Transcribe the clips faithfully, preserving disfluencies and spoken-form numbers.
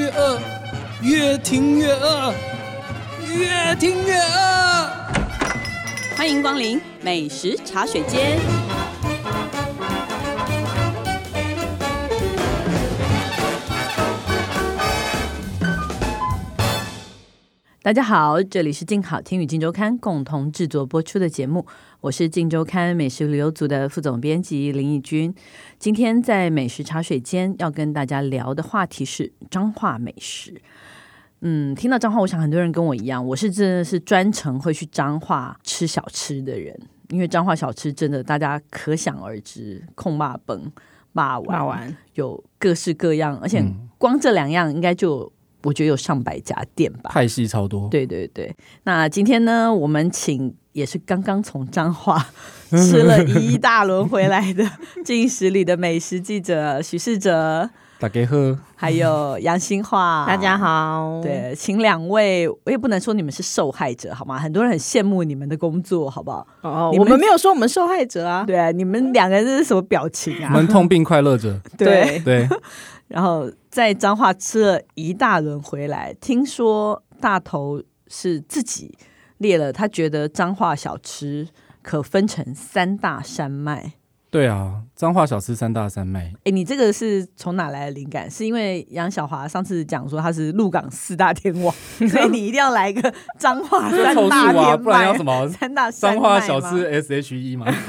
越饿，越听越饿，越听越饿。 欢迎光临美食茶水间。大家好，这里是静好听与静周刊共同制作播出的节目，我是静周刊美食旅游组的副总编辑林义君。今天在美食茶水间要跟大家聊的话题是彰化美食。嗯，听到彰化，我想很多人跟我一样，我是真的是专程会去彰化吃小吃的人，因为彰化小吃真的大家可想而知，控肉饭、肉丸有各式各样，而且光这两样应该就我觉得有上百家店吧， 派系超多。 对对对，那今天呢，我们请也是刚刚从彰化吃了一大轮回来的进食里的美食记者许世哲， 大家好， 还有杨新化， 大家好。 对，请两位，我也不能说你们是受害者好吗？很多人很羡慕你们的工作，好不好？ 哦，我们没有说我们受害者啊。 对，你们两个人这是什么表情啊？ 我们痛并快乐着。 对对。 然后在彰化吃了一大轮回来，听说大头是自己列了，他觉得彰化小吃可分成三大山脉。 对啊，彰化小吃三大山脉。 哎，你这个是从哪来的灵感？是因为杨小华上次讲说他是鹿港四大天王，所以你一定要来一个彰化三大天脉， 啊、不然要什么？ 三大山脉彰化小吃 S H E 吗？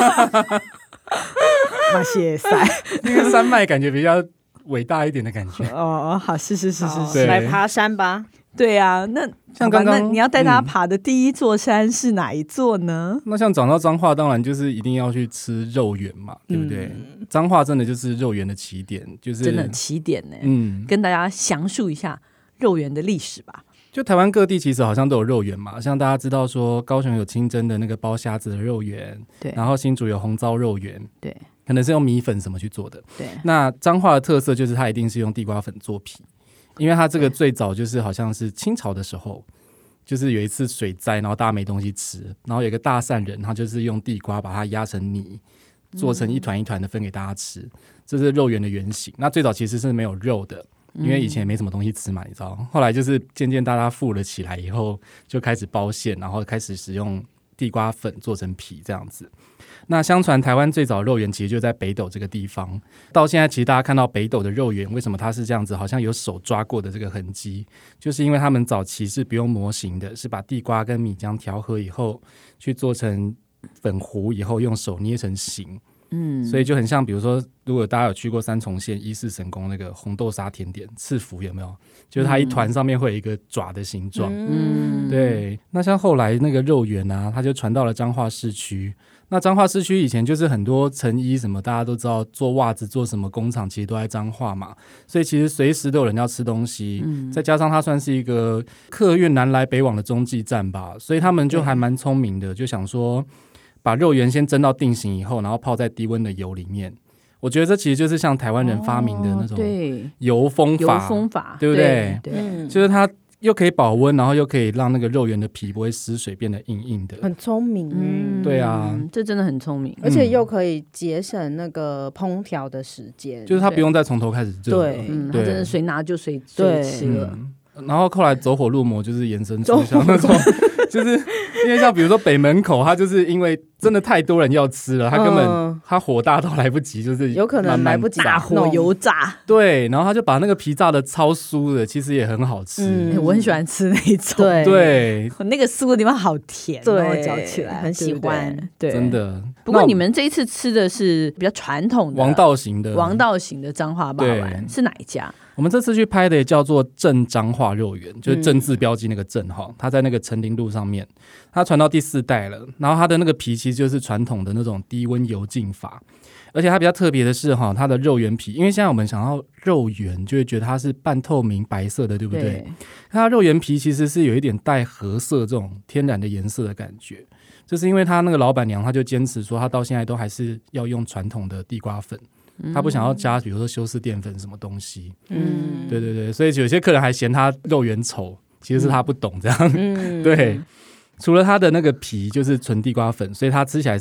马谢塞， 那个山脉感觉比较伟大一点的感觉。 哦，好，是是是是是， 来爬山吧。 对啊，那像刚刚那你要带他爬的第一座山是哪一座呢？ 嗯、那像长到彰化，当然就是一定要去吃肉圆嘛，对不对？彰化、嗯、真的就是肉圆的起点，就是真的起点呢。 嗯， 跟大家详述一下肉圆的历史吧。 就台湾各地其实好像都有肉圆嘛，像大家知道说高雄有清真的那个包虾子的肉圆， 对， 然后新竹有红糟肉圆， 对， 可能是用米粉什么去做的， 对。 那彰化的特色就是它一定是用地瓜粉做皮，因为它这个最早就是好像是清朝的时候，就是有一次水灾，然后大家没东西吃，然后有一个大善人，他就是用地瓜把它压成泥，做成一团一团的分给大家吃，嗯、这是肉圆的原型。那最早其实是没有肉的。因为以前也没什么东西吃嘛，你知道，后来就是渐渐大家富了起来以后，就开始包馅，然后开始使用地瓜粉做成皮这样子。那相传台湾最早肉圆其实就在北斗这个地方，到现在其实大家看到北斗的肉圆，为什么它是这样子，好像有手抓过的这个痕迹，就是因为他们早期是不用模型的，是把地瓜跟米浆调和以后去做成粉糊，以后用手捏成形。嗯，所以就很像比如说如果大家有去过三重县伊势神宫那个红豆沙甜点赐福有没有，就是它一团上面会有一个爪的形状。嗯，对。那像后来那个肉圆啊，它就传到了彰化市区。那彰化市区以前就是很多成衣什么大家都知道，做袜子做什么工厂其实都在彰化嘛，所以其实随时都有人要吃东西。嗯，再加上它算是一个客运南来北往的中继站吧，所以他们就还蛮聪明的，就想说把肉圆先蒸到定型以后，然后泡在低温的油里面。我觉得这其实就是像台湾人发明的那种油封法， 油封法， 对不对？ 对，对， 就是它又可以保温，然后又可以让那个肉圆的皮不会失水，变得硬硬的， 很聪明。嗯， 对啊， 这真的很聪明， 而且又可以节省那个烹调的时间， 就是它不用再从头开始热。 对， 嗯，它真的随拿就随随吃了。 嗯，然后后来走火入魔，就是延伸出像那种，就是因为像比如说北门口，它就是因为真的太多人要吃了，它根本、嗯、它火大都来不及，就是有可能来不及大火油炸。 对，然后他就把那个皮炸的超酥的，其实也很好吃。 嗯欸、我很喜欢吃那一种。 对， 对那个酥的地方好甜， 对， 嚼起来很喜欢。 对， 真的。 不过你们这一次吃的是比较传统的王道型的， 王道型的彰化肉丸是哪一家？ 我们这次去拍的也叫做正彰化肉圆，就是正字标记那个正哈、嗯，它在那个成林路上面，它传到第四代了。然后它的那个皮其实就是传统的那种低温油浸法，而且它比较特别的是哈，它的肉圆皮，因为现在我们想到肉圆就会觉得它是半透明白色的，对不对？对，它肉圆皮其实是有一点带褐色这种天然的颜色的感觉，就是因为它那个老板娘她就坚持说，她到现在都还是要用传统的地瓜粉。他不想要加比如说修饰淀粉什么东西，嗯，对对对，所以有些客人还嫌他肉圆丑，其实是他不懂这样，嗯、对。除了它的那个皮就是纯地瓜粉，所以它吃起来是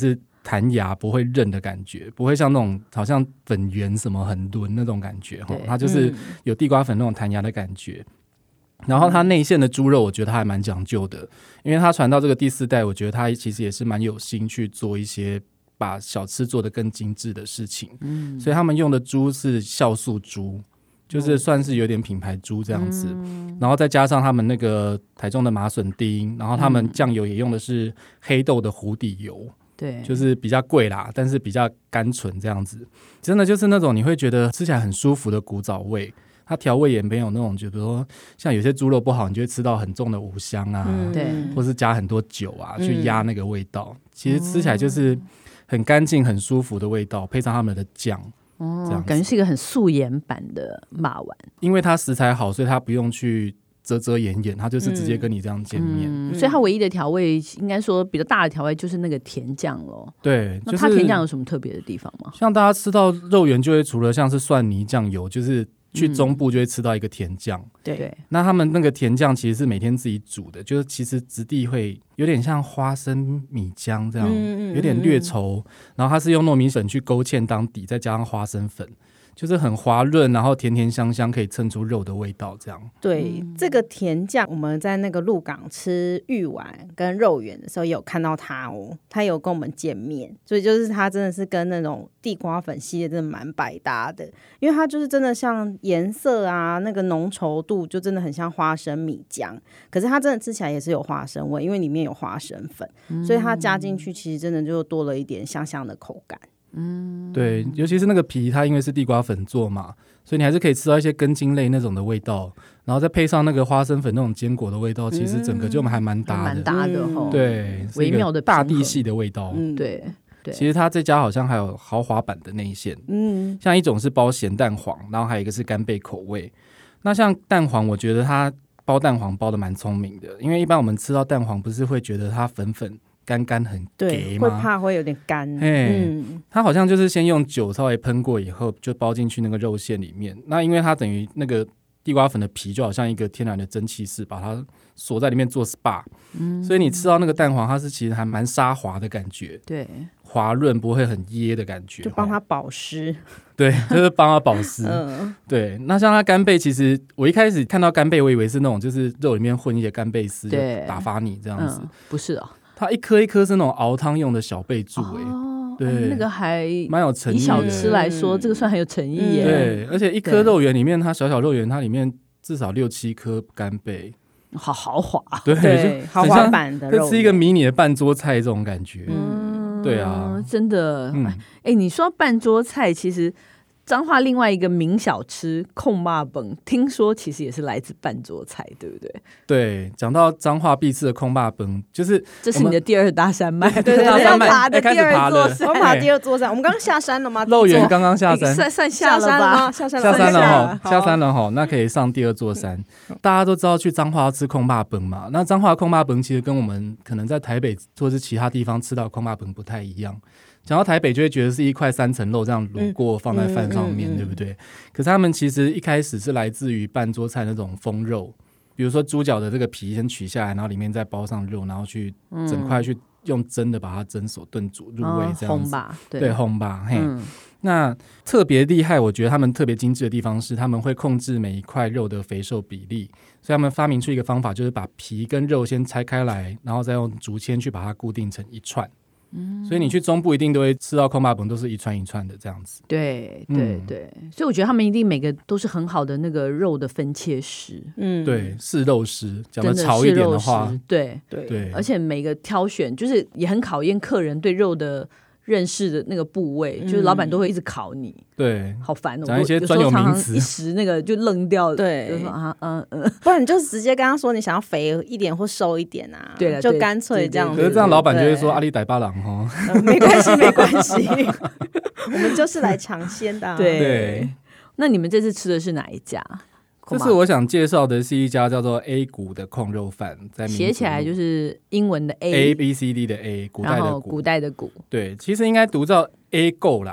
弹牙，不会韧的感觉，不会像那种好像粉圆什么很轮那种感觉，它就是有地瓜粉那种弹牙的感觉。然后它内馅的猪肉我觉得它还蛮讲究的，因为它传到这个第四代，我觉得它其实也是蛮有心去做一些把小吃做得更精致的事情、嗯、所以他们用的猪是酵素猪，就是算是有点品牌猪这样子、嗯、然后再加上他们那个台中的麻笋丁，然后他们酱油也用的是黑豆的湖底油，对，就是比较贵啦，但是比较甘醇这样子，真的就是那种你会觉得吃起来很舒服的古早味，它调味也没有那种，就比如说像有些猪肉不好，你就会吃到很重的五香啊，嗯、对，或是加很多酒啊、嗯、去压那个味道。其实吃起来就是很干净、很舒服的味道，配上他们的酱，哦，这样感觉是一个很素颜版的肉丸。 因为它食材好，所以它不用去遮遮掩掩，它就是直接跟你这样见面、 嗯嗯、所以它唯一的调味应该说比较大的调味就是那个甜酱咯。 对， 那它甜酱有什么特别的地方吗？ 像大家吃到肉圆就会除了像是蒜泥酱油，就是去中部就会吃到一个甜酱、嗯、对，那他们那个甜酱其实是每天自己煮的，就是其实质地会有点像花生米浆这样、嗯、有点略稠，然后它是用糯米粉去勾芡当底，再加上花生粉，就是很滑润，然后甜甜香香，可以衬出肉的味道这样。 对、嗯、这个甜酱我们在那个鹿港吃玉丸跟肉圆的时候也有看到它哦，它有跟我们见面，所以就是它真的是跟那种地瓜粉系列真的蛮百搭的，因为它就是真的像颜色啊那个浓稠度就真的很像花生米浆，可是它真的吃起来也是有花生味，因为里面有花生粉、嗯、所以它加进去其实真的就多了一点香香的口感。 嗯，对，尤其是那个皮，它因为是地瓜粉做嘛，所以你还是可以吃到一些根茎类那种的味道，然后再配上那个花生粉那种坚果的味道，其实整个就还蛮搭的， 蛮搭的、哦、 对， 微妙的大地系的味道、 嗯、对对。 其实它这家好像还有豪华版的内馅，嗯，像一种是包咸蛋黄，然后还有一个是干贝口味。那像蛋黄，我觉得它包蛋黄包的蛮聪明的，因为一般我们吃到蛋黄不是会觉得它粉粉干干很给吗？ 会怕会有点干。 嗯，它好像就是先用酒稍微喷过以后，就包进去那个肉馅里面。那因为它等于那个地瓜粉的皮就好像一个天然的蒸汽室，把它锁在里面做 S P A，嗯，所以你吃到那个蛋黄，它是其实还蛮沙滑的感觉，对，滑润不会很噎的感觉， 就帮它保湿。 对，就是帮它保湿。嗯，对。那像它干贝，其实我一开始看到干贝，我以为是那种就是肉里面混一些干贝丝，就打发你这样子，嗯、 不是哦。 它一颗一颗是那种熬汤用的小贝柱、欸，哎、 哦，对，那个还蛮有诚意的。 以小吃来说，这个算很有诚意耶。 对，而且一颗肉圆里面，它小小肉圆，它里面至少六七颗干贝， 好豪华。 对， 对豪华版的肉圆， 这是一个迷你的半桌菜这种感觉。嗯，对啊， 真的。哎、嗯欸，你说半桌菜，其实彰化另外一个名小吃控肉饭，听说其实也是来自半桌菜，对不对？ 对，讲到彰化必吃的控肉饭，就是这是你的第二大山脉， 对对对， 要爬的第二座山，我爬第二座山。我们刚刚下山了吗？ 肉圆刚刚下山， 算算下了吧？ 下山了，下山了哈，下山了哈，那可以上第二座山。大家都知道去彰化要吃控肉饭嘛，那彰化控肉饭其实跟我们可能在台北或是其他地方吃到控肉饭不太一样。讲到台北就会觉得是一块三层肉这样卤过放在饭上面、嗯嗯嗯、对不对？可是他们其实一开始是来自于半桌菜那种风肉，比如说猪脚的这个皮先取下来，然后里面再包上肉，然后去整块去用蒸的把它蒸熟炖煮入味这样子、哦、对, 对烘吧嘿、嗯、那特别厉害，我觉得他们特别精致的地方是他们会控制每一块肉的肥瘦比例，所以他们发明出一个方法，就是把皮跟肉先拆开来，然后再用竹签去把它固定成一串。嗯、所以你去中部一定都会吃到控肉饭，都是一串一串的这样子。 对对对、嗯，所以我觉得他们一定每个都是很好的那个肉的分切师。嗯， 对，是肉师，讲的潮一点的话， 对对对，而且每个挑选就是也很考验客人对肉的认识的那个部位、嗯、就是老板都会一直考你， 对， 好烦哦， 讲一些专有名词， 一时那个就愣掉， 对， 就说啊嗯嗯， 不然你就直接跟他说你想要肥一点或瘦一点啊，对了，就干脆这样子。 可是这样老板就会说阿里逮巴郎哦、 嗯，没关系没关系，我们就是来尝鲜的、啊。 对, 对，那你们这次吃的是哪一家？ 这次我想介绍的是一家叫做 A 谷的控肉饭，在写起来就是英文的 A A B C D 的 A， 古代的古， 古代的古。 对，其实应该读叫 A 够啦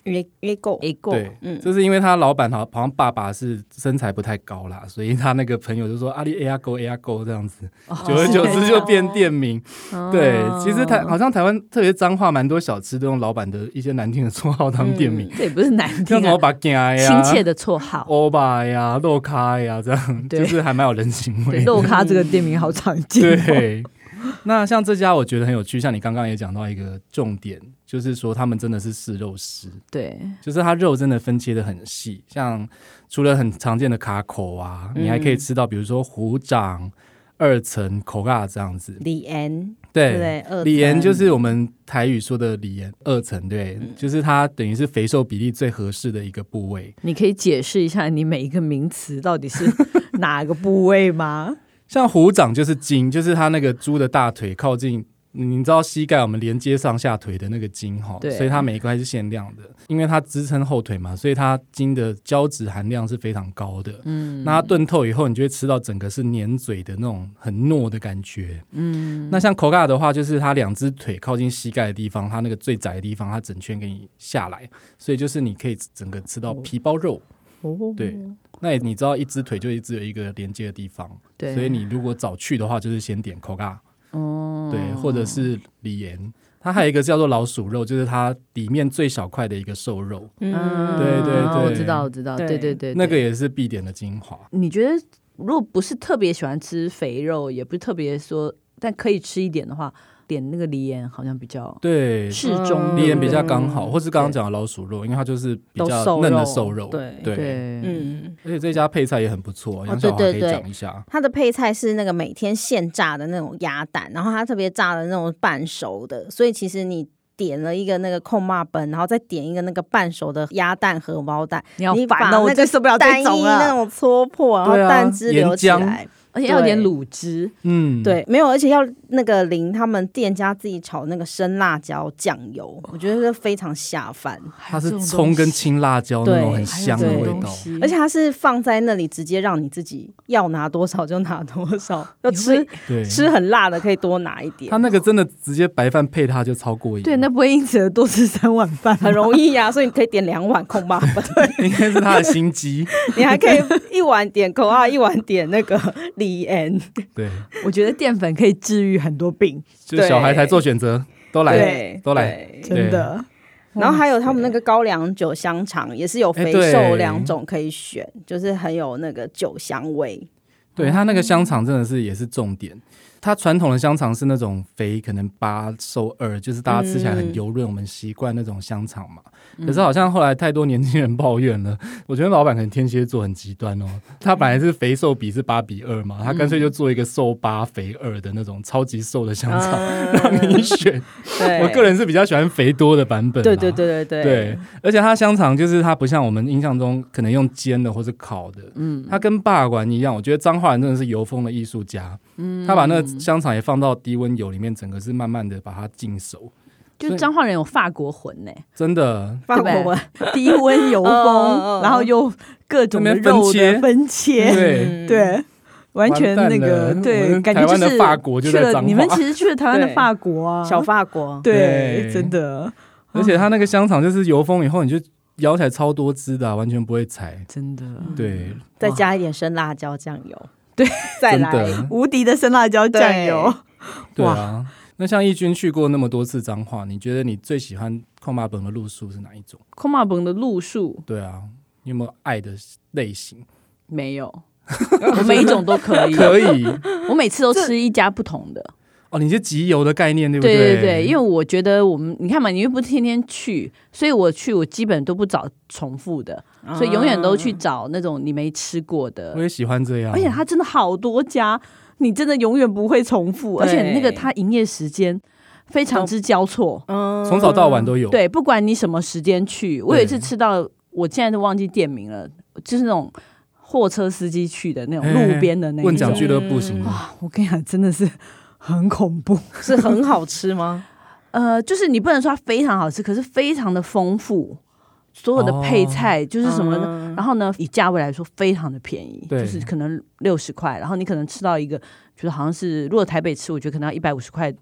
约约购一个对， 嗯这是因为他老板好好像爸爸是身材不太高啦，所以他那个朋友就说阿里 A 呀 Go A 呀 Go 这样子，久而久之就变店名。 哦对，其实台好像台湾特别彰化蛮多小吃都用老板的一些难听的绰号当店名， 这也不是难听、啊， 像什么把干呀、 亲切的绰号。 欧巴呀、肉咖呀，这样对就是还蛮有人情味对， 的。 肉咖这个店名好常见、哦。 对，那像这家我觉得很有趣，像你刚刚也讲到一个重点，就是说他们真的是试肉师， 对， 就是它肉真的分切的很细，像除了很常见的卡口啊，你还可以吃到比如说虎掌、二层口嘎这样子。 李安对对二层李岩就是我们台语说的李岩二层，对， 嗯就是它等于是肥瘦比例最合适的一个部位。 你可以解释一下你每一个名词到底是哪个部位吗？ 像虎掌就是筋，就是它那个猪的大腿靠近，你知道膝盖我们连接上下腿的那个筋哈， 对所以它每一块是限量的，因为它支撑后腿嘛，所以它筋的胶质含量是非常高的。嗯，那它炖透以后，你就会吃到整个是黏嘴的那种很糯的感觉。嗯，那像口嘎的话，就是它两只腿靠近膝盖的地方，它那个最窄的地方，它整圈给你下来，所以就是你可以整个吃到皮包肉。 哦， 对，那你知道一只腿就只有一个连接的地方， 对， 所以你如果早去的话，就是先点口嘎。哦，对，或者是梨盐，它还有一个叫做老鼠肉，就是它里面最小块的一个瘦肉。 嗯， 对对对， 我知道，我知道，对对对对， 那个也是必点的精华。 你觉得如果不是特别喜欢吃肥肉，也不是特别说，但可以吃一点的话，点那个梨盐好像比较对， 适中， 梨盐比较刚好， 嗯或是刚刚讲的老鼠肉，因为它就是比较都瘦肉嫩的瘦肉。 对对， 对， 嗯， 而且这家配菜也很不错，杨小华可以讲一下。 它的配菜是那个每天现炸的那种鸭蛋，然后它特别炸的那种半熟的，所以其实你点了一个那个控骂本，然后再点一个那个半熟的鸭蛋荷包蛋， 你好你把烦哦，我那个最受不了蛋液这种了， 那种戳破，然后对啊蛋汁流起岩来。 而且要有点卤汁， 嗯， 对，没有，而且要那个淋他们店家自己炒那个生辣椒酱油，我觉得这非常下饭。 它是葱跟青辣椒那种很香的味道， 而且它是放在那里，直接让你自己要拿多少就拿多少，要吃对， 吃很辣的可以多拿一点。 它那个真的直接白饭配它就超过瘾。 对，那不会因此多吃三碗饭， 很容易呀、啊，所以你可以点两碗空巴粉， 应该是它的心机。 你还可以一碗点口啊，一碗点那个李恩。 对， 我觉得淀粉可以治愈很多病， 就小孩才做选择，都来对， 都来， 对真的。 然后还有他们那个高粱酒香肠，也是有肥瘦两种可以选，就是很有那个酒香味。 对，它那个香肠真的是也是重点。它传统的香肠是那种肥，可能八瘦二，就是大家吃起来很油润，我们习惯那种香肠嘛。可是好像后来太多年轻人抱怨了，我觉得老板可能天蝎座很极端哦。他本来是肥瘦比是八比二嘛，他干脆就做一个瘦八肥二的那种超级瘦的香肠、嗯、让你选。 对， 我个人是比较喜欢肥多的版本。 对对对对对。 对，而且它香肠就是它不像我们印象中可能用煎的或是烤的，嗯，它跟霸丸一样，我觉得彰化人真的是油封的艺术家，嗯，他把那个香肠也放到低温油里面，整个是慢慢的把它浸熟。 就彰化人有法国魂呢、欸， 真的， 法国魂， 低温油封，然后又各种的肉的分切， 对对，完全那个对，感觉就是台湾的法国就在彰化， 你们其实去了台湾的法国啊， 小法国， 对，对真的。 而且它那个香肠就是油封以后，你就咬起来超多汁的、啊，完全不会柴， 真的。 对， 再加一点生辣椒酱油， 对， 再来无敌的生辣椒酱油， 对啊。那像义军去过那么多次彰化，你觉得你最喜欢控麻本的路数是哪一种？ 控麻本的路数， 对啊，你有没有爱的类型？ 没有，我每一种都可以， 可以。 我每次都吃一家不同的。 哦，你是集邮的概念对不对？ 对对对，因为我觉得我们你看嘛，你又不是天天去，所以我去我基本都不找重复的，啊、所以永远都去找那种你没吃过的。 我也喜欢这样， 而且它真的好多家。你真的永远不会重复，而且那个它营业时间非常之交错， 嗯，从早到晚都有。 对，不管你什么时间去，我有一次吃到，我现在都忘记店名了，就是那种货车司机去的那种路边的那种问讲俱乐部型的。 哇，我跟你讲，真的是很恐怖， 是很好吃吗？ 呃，就是你不能说它非常好吃，可是非常的丰富。所有的配菜就是什么、哦、然后呢以价位来说非常的便宜，就是可能六十块，然后你可能吃到一个就是好像是如果台北吃我觉得可能要一百五十块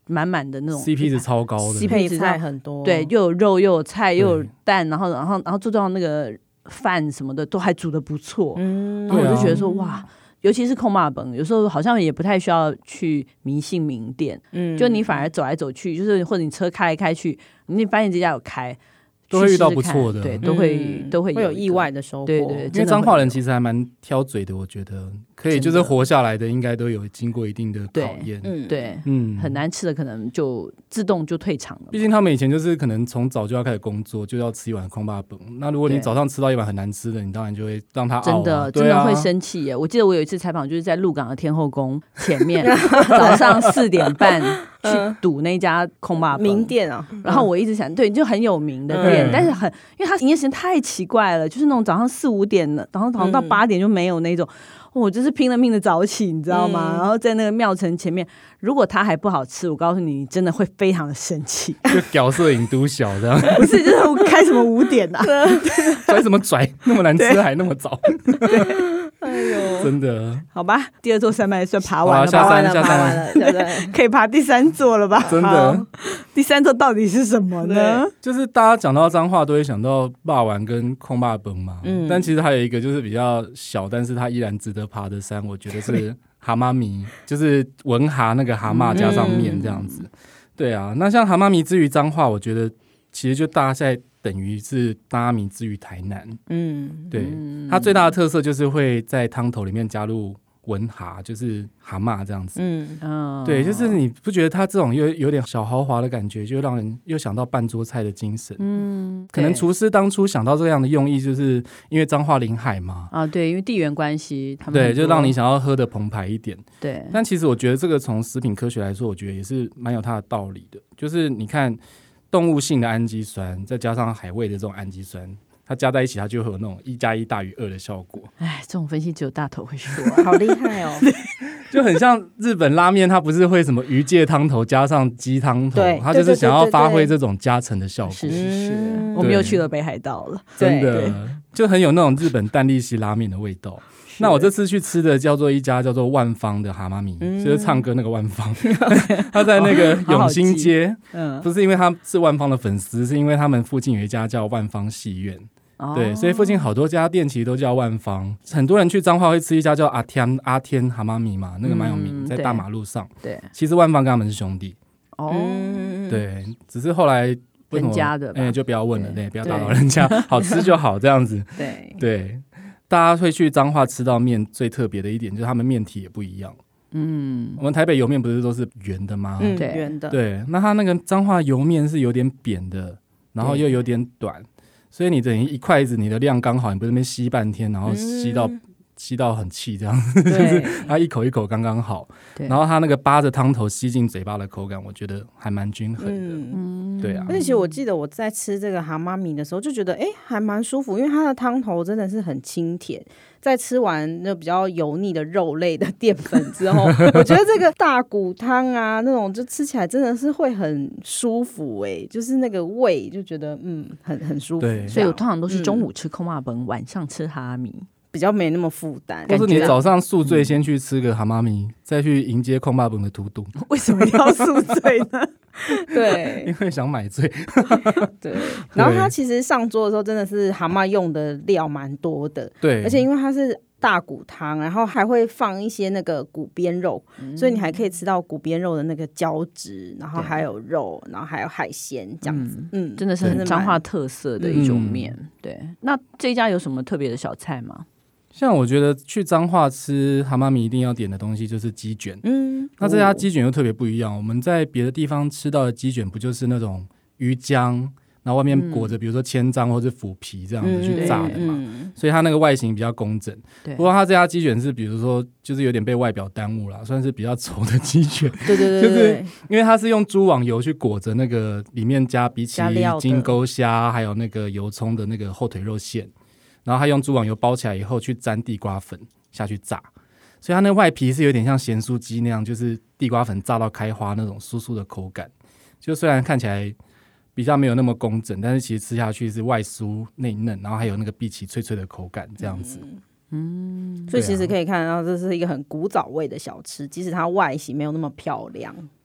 满满的那种 C P 值超高的 C P 配值菜很多， 对，又有肉又有菜又有蛋，然后然后然后做到那个饭什么的都还煮得不错， 嗯， 然后我就觉得说哇。尤其是空霸本，有时候好像也不太需要去迷信名店，嗯，就你反而走来走去，就是或者你车开来开去，你发现这家有开， 都会遇到不错的， 对，都会、嗯、都会 有, 会有意外的收获， 对对， 因为彰化人其实还蛮挑嘴的，我觉得可以就是活下来的，应该都有经过一定的考验， 对，对嗯，很难吃的可能就自动就退场了。 毕竟他们以前就是可能从早就要开始工作，就要吃一碗空霸本。那如果你早上吃到一碗很难吃的，你当然就会让他熬、啊、 真的、 啊、 真的会生气耶。我记得我有一次采访，就是在鹿港的天后宫前面，早上四点半去堵那家空霸本名店啊， 然后我一直想，对，就很有名的店，嗯、但是很因为它营业时间太奇怪了，就是那种早上四五点的，然后好像到八点就没有那种。嗯我就是拼了命的早起，你知道吗？嗯、然后在那个庙城前面，如果它还不好吃，我告诉你，你真的会非常的生气。 就屌摄影都小这样， 不是，就是我开什么五点啊？ 拽什么拽？那么难吃还那么早？ 对，哎呦， 真的。 好吧，第二座山脉算爬完了， 爬完了， 爬完了，对不对？可以爬第三座了吧？ 真的。 第三座到底是什么呢？ 就是大家讲到彰化都会想到霸丸跟空霸本嘛，嗯，但其实还有一个就是比较小，但是它依然值得爬的山，我觉得是蛤蟆米，就是文蛤那个蛤蟆加上面这样子。嗯、对啊，那像蛤蟆米之于彰化，我觉得其实就大概等于是大米之于台南。嗯，对，它最大的特色就是会在汤头里面加入文蛤，就是蛤蟆这样子。嗯，哦、对，就是你不觉得它这种有有点小豪华的感觉，就让人又想到半桌菜的精神。嗯，可能厨师当初想到这样的用意，就是因为彰化临海嘛。啊， 对，因为地缘关系，他们对，就让你想要喝的澎湃一点。 对， 但其实我觉得这个从食品科学来说，我觉得也是蛮有它的道理的。就是你看动物性的氨基酸，再加上海味的这种氨基酸。它加在一起，它就会有那种一加一大于二的效果。 哎，这种分析只有大头会说、 啊，好厉害哦！ 就很像日本拉面，它不是会什么鱼介汤头加上鸡汤头，它就是想要发挥这种加成的效果。 是是是，嗯、我们又去了北海道了， 真的就很有那种日本淡丽西拉面的味道。那我这次去吃的叫做一家叫做万芳的蛤蟆米，嗯、就是唱歌那个万芳，他在那个永新街，嗯、不是因为他是万芳的粉丝，是因为他们附近有一家叫万芳戏院。对，所以附近好多家店其实都叫万芳，很多人去彰化会吃一家叫阿天阿天蛤蟆米嘛，那个蛮有名，嗯、在大马路上。对，其实万芳跟他们是兄弟。哦，对，只是后来为什么人家的， 哎、欸，就不要问了，对，不要打扰人家，好吃就好这样子。 对对，大家会去彰化吃到面，最特别的一点就是他们面体也不一样。嗯，我们台北油面不是都是圆的吗？ 嗯，对，圆的。 对，那它那个彰化油面是有点扁的，然后又有点短。所以你等于一筷子，你的量刚好，你不是那边吸半天，然后吸到、嗯、吸到很气这样子，就是它一口一口刚刚好。然后它那个扒着汤头吸进嘴巴的口感，我觉得还蛮均衡的。嗯，对啊。 而且其实我记得我在吃这个蛤蟆米的时候，就觉得哎还蛮舒服，因为它的汤头真的是很清甜。在吃完那比较油腻的肉类的淀粉之后，我觉得这个大骨汤啊，那种就吃起来真的是会很舒服哎、欸，就是那个胃就觉得嗯很很舒服。 对，所以我通常都是中午吃空麻本，嗯、晚上吃蛤蟆米， 比较没那么负担。 或是你早上宿醉先去吃个蛤蟆米，嗯、再去迎接空麻本的荼毒。 为什么要宿醉呢？ 对， 因为想买醉。 对，然后它其实上桌的时候真的是蛤蟆用的料蛮多的， 对， 而且因为它是大骨汤，然后还会放一些那个骨边肉，嗯、所以你还可以吃到骨边肉的那个胶质，然后还有肉，然后还有海鲜这样子，嗯， 嗯真的是很彰化特色的一种面。嗯、对，那这一家有什么特别的小菜吗？ 像我觉得去彰化吃蛤蟆米一定要点的东西就是鸡卷，嗯，那这家鸡卷又特别不一样。我们在别的地方吃到的鸡卷不就是那种鱼浆，然后外面裹着比如说千张或者腐皮这样子去炸的嘛，嗯、所以它那个外形比较工整。不过它这家鸡卷是比如说就是有点被外表耽误了，算是比较丑的鸡卷。 对对对， 就是因为它是用猪网油去裹着那个里面加比起金钩虾还有那个油葱的那个后腿肉馅。然后他用猪网油包起来以后去沾地瓜粉下去炸，所以它那外皮是有点像咸酥鸡那样，就是地瓜粉炸到开花那种酥酥的口感。就虽然看起来比较没有那么工整，但是其实吃下去是外酥内嫩，然后还有那个碧琪脆脆的口感这样子。 嗯，嗯所以其实可以看到这是一个很古早味的小吃，即使它外形没有那么漂亮。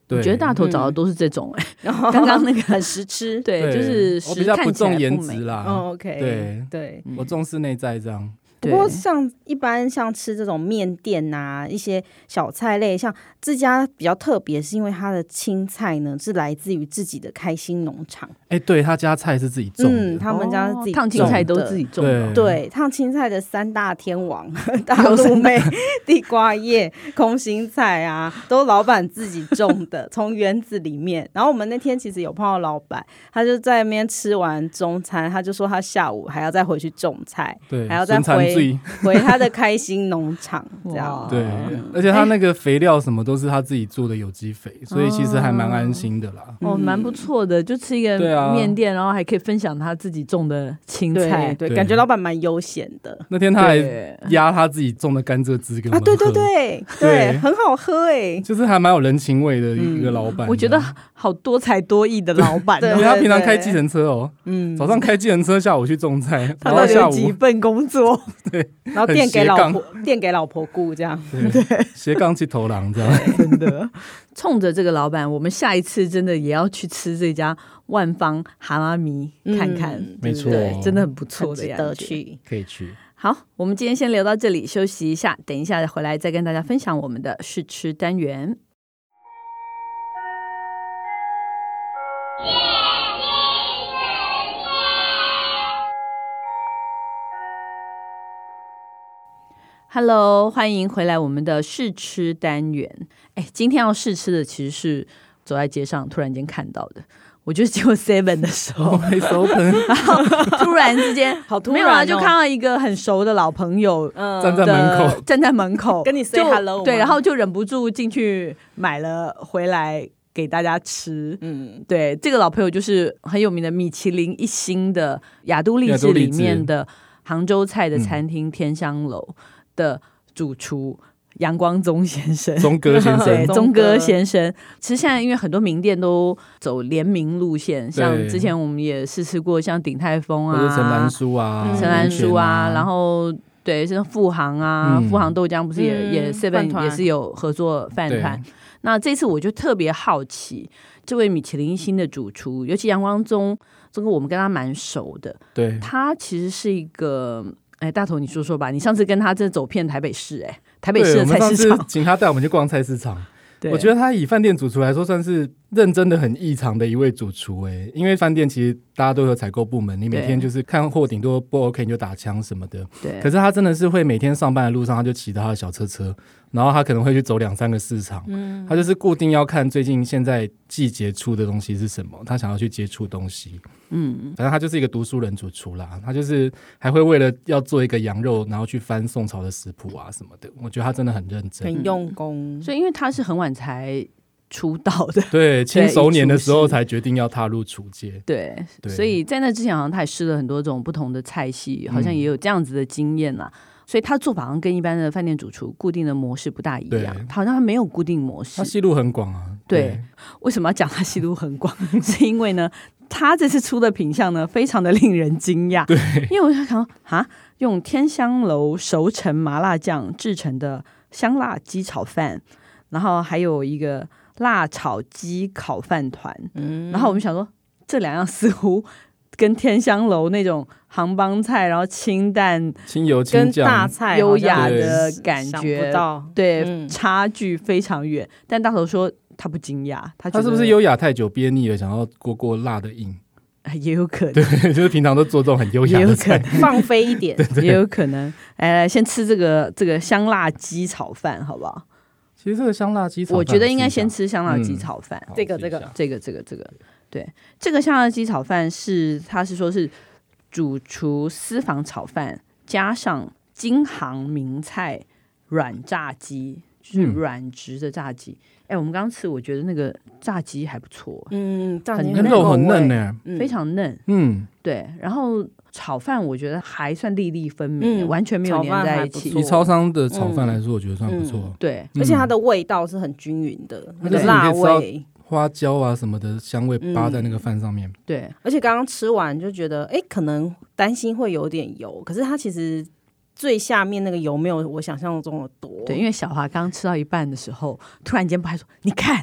我觉得大头找的都是这种哎、 然欸，刚刚那个很实吃， 对， 对就是我比较不重颜颜值啦。 哦 ，OK， 对对， 我重视内在这样。 不过像一般像吃这种面店啊，一些小菜类，像这家比较特别，是因为它的青菜呢是来自于自己的开心农场。 哎、欸，对他家菜是自己种的， 嗯，他们家是自己种的、 哦、烫青菜都自己种的， 对，烫青菜的三大天王大陆妹、地瓜叶、空心菜啊，都老板自己种的，从园子里面。然后我们那天其实有碰到老板，他就在那边吃完中餐，他就说他下午还要再回去种菜， 对， 还要再回回他的开心农场，这样。 对，而且他那个肥料什么都是他自己做的有机肥，所以其实还蛮安心的啦。 哦，蛮不错的，就吃一个面店，然后还可以分享他自己种的青菜， 对，对，感觉老板蛮悠闲的。 那天他还压他自己种的甘蔗汁给我们喝， 啊，对对对对，很好喝哎， 就是还蛮有人情味的一个老板。 我觉得好多才多艺的老板， 因为他平常开计程车哦，嗯，早上开计程车，下午去种菜， 他到底有几份工作？ 对， 然后店给老婆，店给老婆顾这样， 对，斜杠七头狼这样， 真的。冲着这个老板，我们下一次真的也要去吃这家万芳哈拉米看看， 嗯、没错， 对，真的很不错的， 值得去， 可以去。 好，我们今天先聊到这里，休息一下，等一下回来再跟大家分享我们的试吃单元。Hello， 欢迎回来我们的试吃单元。哎，今天要试吃的其实是走在街上突然间看到的。我就是经过 seven 的时候，然后突然之间， 好突然、哦， 没有啊，就看到一个很熟的老朋友、 嗯、站在门口， 站在门口跟你 say hello， 对，然后就忍不住进去买了回来给大家吃。嗯，对，这个老朋友就是很有名的米其林一星的雅都丽致里面的杭州菜的餐厅天香楼的主厨。杨光宗先生， 宗哥先生， 对，宗哥先生。其实现在因为很多名店都走联名路线，像之前我们也试吃过，像鼎泰丰啊， 或者陈兰书啊， 陈兰书啊，然后对，像富航啊，嗯、富航豆浆不是也、嗯、也 seven 也是有合作饭团。那这次我就特别好奇，这位米其林一星的主厨，尤其杨光宗，这个我们跟他蛮熟的， 对， 他其实是一个。哎，大头，你说说吧。你上次跟他这走遍台北市、欸，哎，台北市的菜市场， 请他带我们去逛菜市场。我觉得他以饭店主厨来说，算是认真的很异常的一位主厨哎、欸，因为饭店其实大家都有采购部门，你每天就是看货顶多不 OK 你就打枪什么的。 对。 可是他真的是会每天上班的路上，他就骑着他的小车车，然后他可能会去走两三个市场。嗯。他就是固定要看最近现在季节出的东西是什么，他想要去接触东西。嗯。反正他就是一个读书人主厨啦，他就是还会为了要做一个羊肉，然后去翻宋朝的食谱啊什么的。我觉得他真的很认真， 很用功。 嗯、所以因为他是很晚才出道的， 对，青熟年的时候才决定要踏入厨界， 对, 对，所以在那之前好像他也试了很多种不同的菜系，好像也有这样子的经验啦、嗯、所以他做法好像跟一般的饭店主厨固定的模式不大一样，他好像他没有固定模式， 他戏路很广啊。 对, 对， 为什么要讲他戏路很广是因为呢他这次出的品项呢非常的令人惊讶， 对， 因为我就想啊，用天香楼熟成麻辣酱制成的香辣鸡炒饭，然后还有一个辣炒鸡烤饭团、嗯、然后我们想说这两样似乎跟天香楼那种杭帮菜然后清淡清油清酱跟大菜优雅的感觉对、 嗯、 差距非常远，但大头说他不惊讶， 他, 他是不是优雅太久憋腻了，想要过过辣的瘾？ 也有可能， 对，就是平常都做这种很优雅的菜， 放飞一点对对， 也有可能。来来，先吃这个这个香辣鸡炒饭，好不好？ 其实这个香辣鸡炒饭， 我觉得应该先吃香辣鸡炒饭。 嗯、这个这个这个这个这个，对，这个香辣鸡炒饭是，他是说是主厨私房炒饭，加上京杭名菜软炸鸡，就是软质的炸鸡。哎、嗯欸，我们刚刚吃，我觉得那个炸鸡还不错， 嗯，炸鸡很肉很嫩呢、 欸，非常嫩， 嗯， 对，然后。炒饭我觉得还算粒粒分明、嗯、完全没有粘在一起， 以超商的炒饭来说我觉得算不错、嗯、 对、 嗯、而且它的味道是很均匀的，那个辣味花椒啊什么的香味扒在那个饭上面、嗯、 对， 而且刚刚吃完就觉得哎，可能担心会有点油，可是它其实最下面那个油没有我想象中的多， 对，因为小华刚吃到一半的时候突然间不还说你看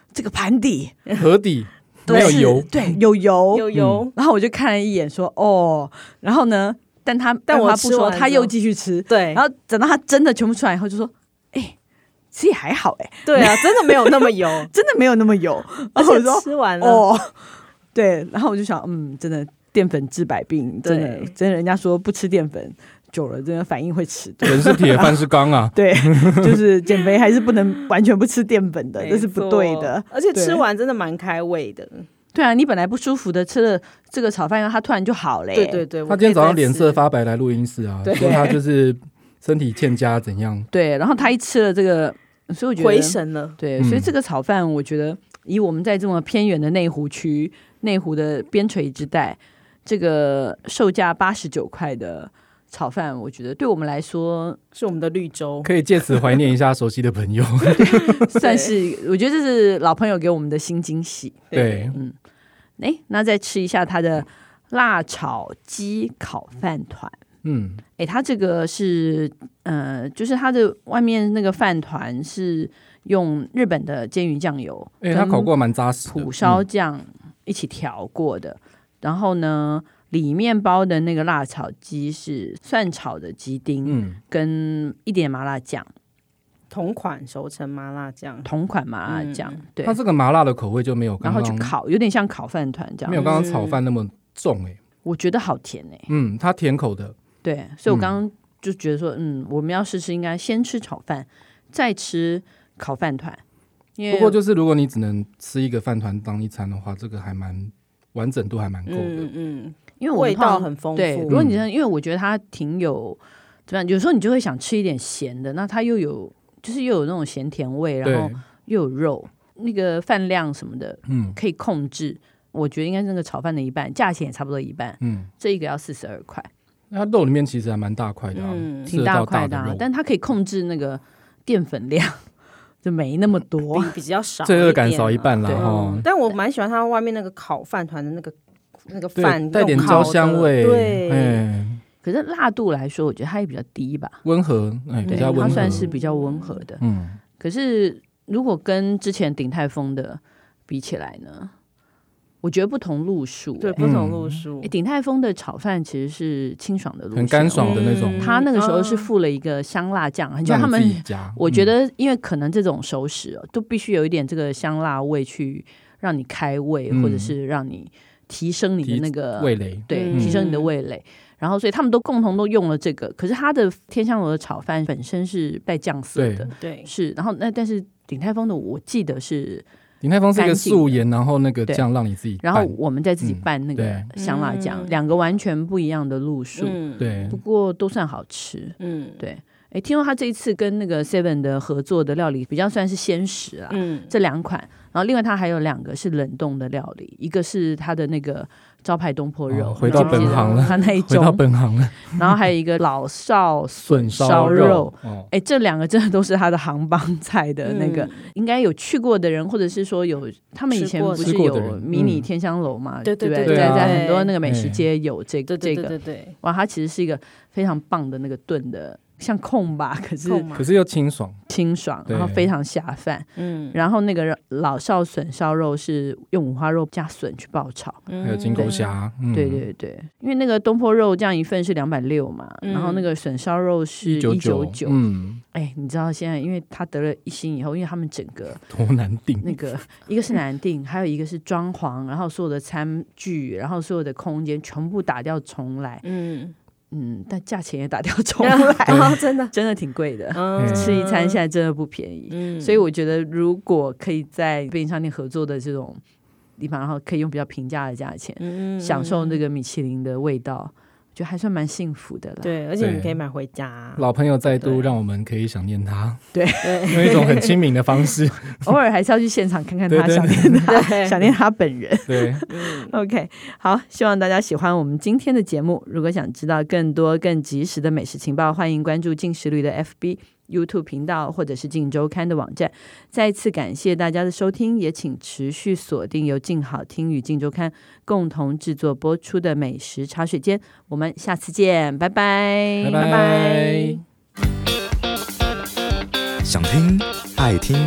这个盘底河底没有油， 对，有油， 有油、 嗯。然后我就看了一眼，说哦，然后呢，但他但我他不说，他又继续吃， 对。 然后等到他真的全部出来以后，就说，哎。其实也还好哎、欸， 对啊，真的没有那么油， 真的没有那么油。 而且吃完了哦，对，然后我就想，嗯，真的淀粉治百病，真的，真的，人家说不吃淀粉久了，真的反应会迟钝。 人是铁，饭是钢啊。 对，就是减肥还是不能完全不吃淀粉的，这是不对的。 而且吃完真的蛮开胃的。 对啊，你本来不舒服的，吃了这个炒饭，他突然就好了、欸。 对对对， 他今天早上脸色发白来录音室啊，说他就是身体欠佳怎样。 对，然后他一吃了这个。所以我觉得回神了， 对，所以这个炒饭，我觉得以我们在这么偏远的内湖区、内湖的边陲之带，这个售价八十九块的炒饭，我觉得对我们来说是我们的绿洲， 可以借此怀念一下熟悉的朋友， 算是我觉得这是老朋友给我们的新惊喜。 对， 嗯，哎，那再吃一下它的辣炒鸡烤饭团。嗯，哎，它这个是呃，就是它的外面那个饭团是用日本的煎鱼酱油， 哎，它烤过蛮扎实的， 蒲烧酱一起调过的。嗯、然后呢，里面包的那个辣炒鸡是蒜炒的鸡丁，嗯，跟一点麻辣酱， 同款熟成麻辣酱， 同款麻辣酱。嗯、对， 它这个麻辣的口味就没有刚刚， 然后去烤，有点像烤饭团这样， 没有刚刚炒饭那么重哎、欸。 我觉得好甜哎、欸， 嗯，它甜口的。 对，所以我刚刚就觉得说，嗯，我们要试试，应该先吃炒饭，再吃烤饭团。 不过就是如果你只能吃一个饭团当一餐的话，这个还蛮完整度还蛮够的。 嗯嗯， 因为我味道很丰富。 对，如果你真的，因为我觉得它挺有怎么样，有时候你就会想吃一点咸的，那它又有就是又有那种咸甜味，然后又有肉，那个饭量什么的，嗯，可以控制。我觉得应该是那个炒饭的一半，价钱也差不多一半。嗯，这一个要四十二块。 那肉里面其实还蛮大块的、啊嗯， 挺大块的、啊，但它可以控制那个淀粉量，就没那么多， 比比较少， 罪恶感少一半啦。 嗯、但我蛮喜欢它外面那个烤饭团的那个那个饭， 带点焦香味。 对， 嗯、 可是辣度来说，我觉得它也比较低吧， 温和，哎，比较温和， 它算是比较温和的。嗯，可是如果跟之前鼎泰丰的比起来呢？我觉得不同路数、欸， 对，不同路数。 鼎、嗯、泰丰的炒饭其实是清爽的路线， 很干爽的那种。 嗯、他那个时候是附了一个香辣酱，很、嗯、像他们。我觉得，因为可能这种熟食、哦、都必须有一点这个香辣味，去让你开胃，嗯、或者是让你提升你的那个味蕾， 对， 嗯、 提升你的味蕾。然后，所以他们都共同都用了这个。可是它的天香楼的炒饭本身是带酱色的， 对， 是。然后那但是鼎泰丰的，我记得是。 鼎泰丰是一个素颜，然后那个酱让你自己拌， 然后我们再自己拌那个香辣酱，两、嗯、个完全不一样的路数， 嗯、对， 不过都算好吃，嗯，对。哎，听说他这一次跟那个 Seven 的合作的料理比较算是鲜食啊，嗯，这两款，然后另外他还有两个是冷冻的料理，一个是他的那个招牌东坡肉， 哦、回到本行了， 他那一种回到本行了， 然后还有一个老少笋烧肉，哎、哦，这两个真的都是他的行帮菜的那个，嗯、应该有去过的人，或者是说有他们以前不是有迷你天香楼嘛，对对 对, 对, 对，在在很多那个美食街有这个这个，对对对，哇，它其实是一个非常棒的那个炖的。像控吧，可是可是又清爽， 清爽，然后非常下饭。嗯，然后那个老少笋烧肉是用五花肉加笋去爆炒， 嗯、还有金钩虾。 嗯、对对对，因为那个东坡肉这样一份是两百六嘛，嗯、然后那个笋烧肉是一九九。嗯，哎，你知道现在因为他得了一星以后，因为他们整个多难订， 那个一个是难订，还有一个是装潢，然后所有的餐具，然后所有的空间全部打掉重来。嗯。嗯，但价钱也打掉重来， 哦、真的真的挺贵的，嗯、吃一餐现在真的不便宜，嗯、所以我觉得如果可以在便利商店合作的这种地方，然后可以用比较平价的价钱，嗯、享受那个米其林的味道，觉得还算蛮幸福的了。 对，而且你可以买回家、啊。 老朋友再度让我们可以想念他， 对， 用一种很亲民的方式， 偶尔还是要去现场看看他，想念他，想念他本人。 对， 嗯 ，OK， 好，希望大家喜欢我们今天的节目。如果想知道更多更及时的美食情报，欢迎关注镜食旅的 F B。YouTube 频道或者是镜周刊的网站。再一次感谢大家的收听，也请持续锁定由镜好听与镜周刊共同制作播出的美食茶水间，我们下次见，拜拜， 拜拜。 想听爱听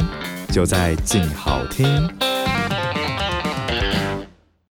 就在静好听。